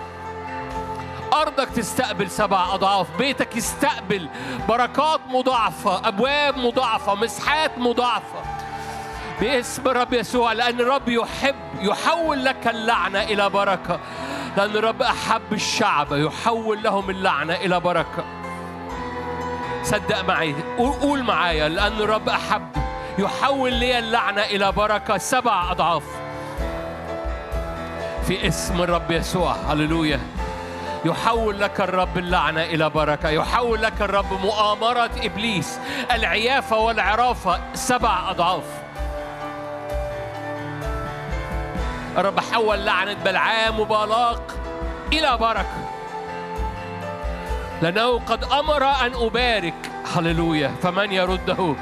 أرضك تستقبل 7 أضعاف، بيتك يستقبل بركات مضاعفة، أبواب مضاعفة، مسحات مضاعفة باسم الرب يسوع. لأن الرب يحب يحول لك اللعنة إلى بركة، لأن الرب أحب الشعب يحول لهم اللعنة إلى بركة. صدق معي، قول معايا، لأن الرب أحب يحول لي اللعنة إلى بركة 7 أضعاف في اسم الرب يسوع. هللويا. يحول لك الرب اللعنة إلى بركة، يحول لك الرب مؤامرة إبليس، العيافة والعرافة 7 أضعاف. الرب حول لعنة بلعام وبالاق إلى بركة، لأنه قد أمر أن أبارك. هللويا. فمن يرده؟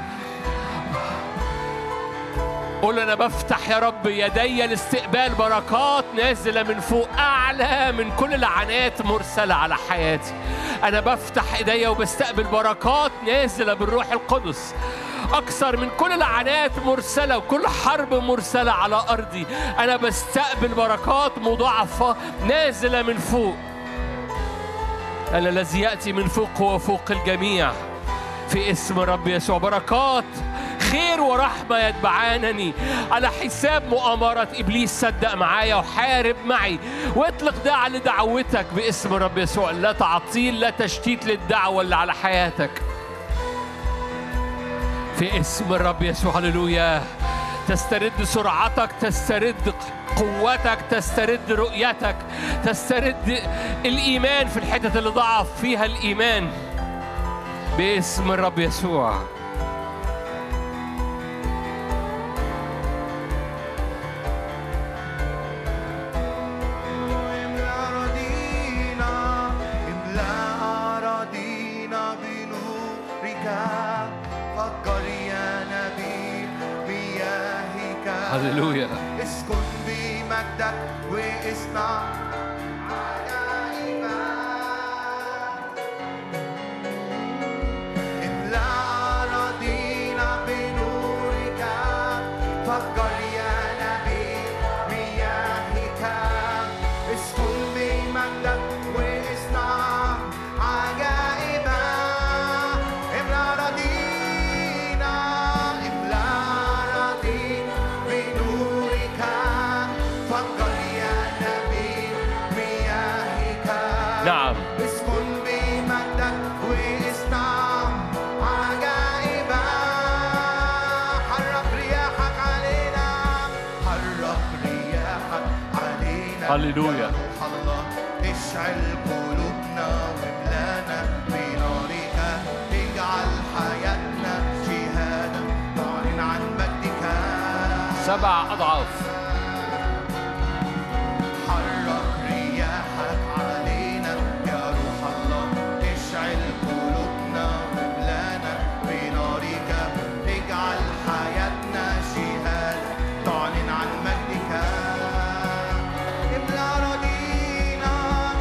قول أنا بفتح يا رب يدي لاستقبال بركات نازلة من فوق، أعلى من كل لعنات مرسلة على حياتي. أنا بفتح إيدي وبستقبل بركات نازلة بالروح القدس، أكثر من كل لعنات مرسلة وكل حرب مرسلة على أرضي. أنا بستقبل بركات مضاعفة نازلة من فوق. أنا الذي يأتي من فوق هو فوق الجميع في اسم رب يسوع. بركات خير ورحمة يتبعانني على حساب مؤامرة إبليس. صدق معايا وحارب معي واطلق ده على دعوتك باسم رب يسوع. لا تعطيل، لا تشتيت للدعوة اللي على حياتك في اسم الرب يسوع. هللويا. تسترد سرعتك، تسترد قوتك، تسترد رؤيتك، تسترد الإيمان في الحتة اللي ضعف فيها الإيمان باسم الرب يسوع. هللويا. اسكن بمجدك واصنع عجائب. املأ أراضينا بنورك، فجر يا نبي مياهك. اسكن بمجدك واصنع عجائب. املأ أراضينا، املأ أراضينا بنورك، فجر يا نبي هللويا. روح الله اشعل قلوبنا واملانا بنارك، اجعل حياتنا شهادة تعلن عن مجدك 7 أضعاف. حرك رياحك علينا يا روح الله اشعل قلوبنا واملانا بنارك، اجعل حياتنا شهادة تعلن عن مجدك. املا أراضينا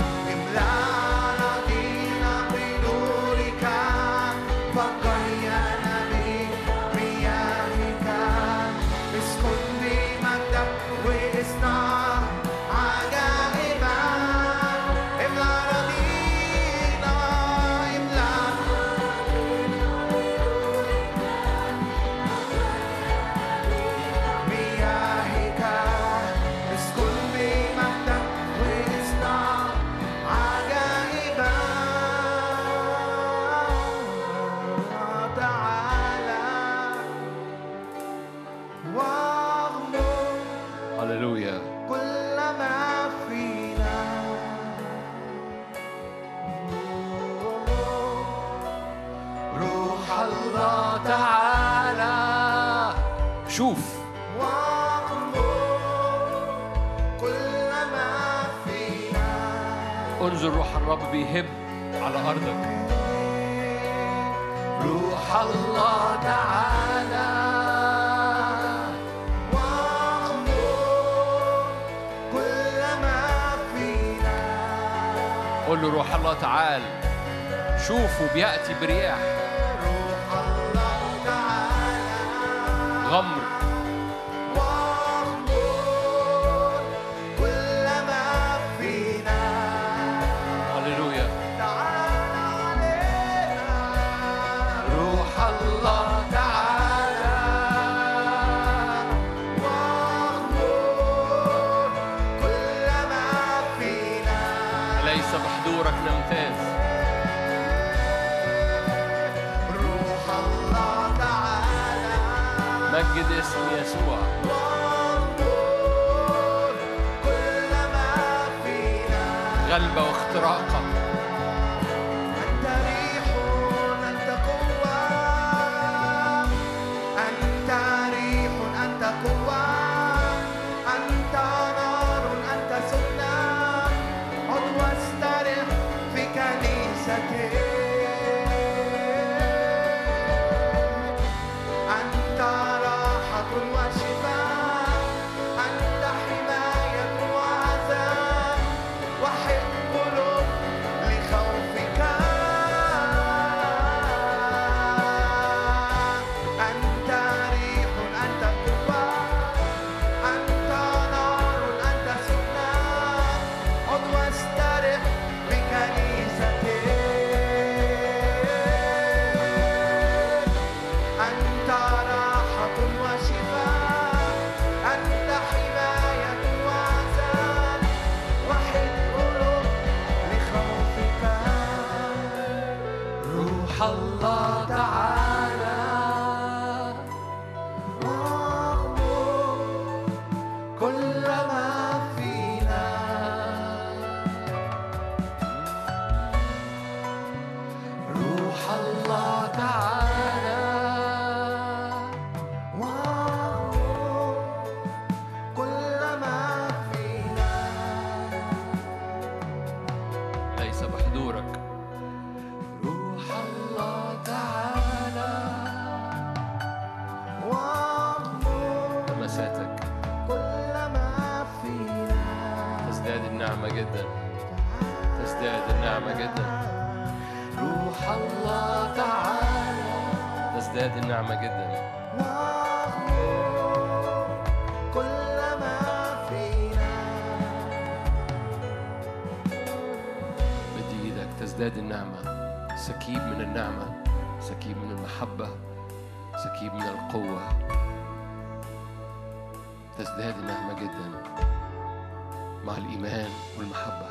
بنورك، فقينا بمياهك، اسكن بمجدك واصنع عجائبا. املا أراضينا مياهك، اسكن بمجدك واصنع عجائبا. تعالى واغمر هللويا. كل ما فينا. روح الله تعالى شوف. واغمر كل ما فينا. انظر روح الرب بيهب على أرضك. روح الله تعالى واغمر كل ما فينا. قول له روح الله تعال شوفه بيأتي برياح روح الله تعالى غمر. واغمر كل ما فينا. هللويا. تعالى علينا روح الله تعالى واغمر كل ما فينا. ليس بحضورك نمتاز. روح الله تعالى مجد اسم يسوع. واغمر كل ما فينا. غلبة واختراقة. أنت ريح أنت قوة، أنت ريح أنت قوة، أنت نار أنت سنة. عد واسترح في كنيستك. أنت راحة وشفاء، أنت حماية وعزاء. وحد قلوب لخوفك. أنت ريح أنت قوة، أنت نار أنت سنة. عد واسترح بكنيستك. أنت راحة وشفاء، أنت حماية وعزاء. وحد قلوب لخوفك. روح الله تعالى واغمر كل ما فينا. روح الله تعالى واغمر كل ما فينا. ليس بحضورك. روح الله تعالى واغمر لمساتك كل ما فينا. تزداد النعمة جدا. تزداد النعمة جدا. روح الله تعالى تزداد النعمة جدا. واغمر كل ما فينا. مد ايدك تزداد النعمة. سكيب من النعمة، سكيب من المحبة، سكيب من القوة. تزداد النعمة جدا مع الإيمان والمحبة.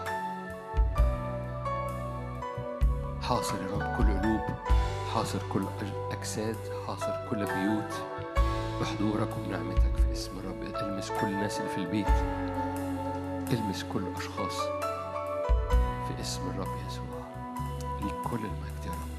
حاصر يا رب كل قلوب، حاصر كل أجساد، حاصر كل بيوت بحضورك وبنعمتك في اسم الرب. المس كل الناس اللي في البيت، المس كل أشخاص في اسم الرب يسوع. ليك كل المجد يا رب.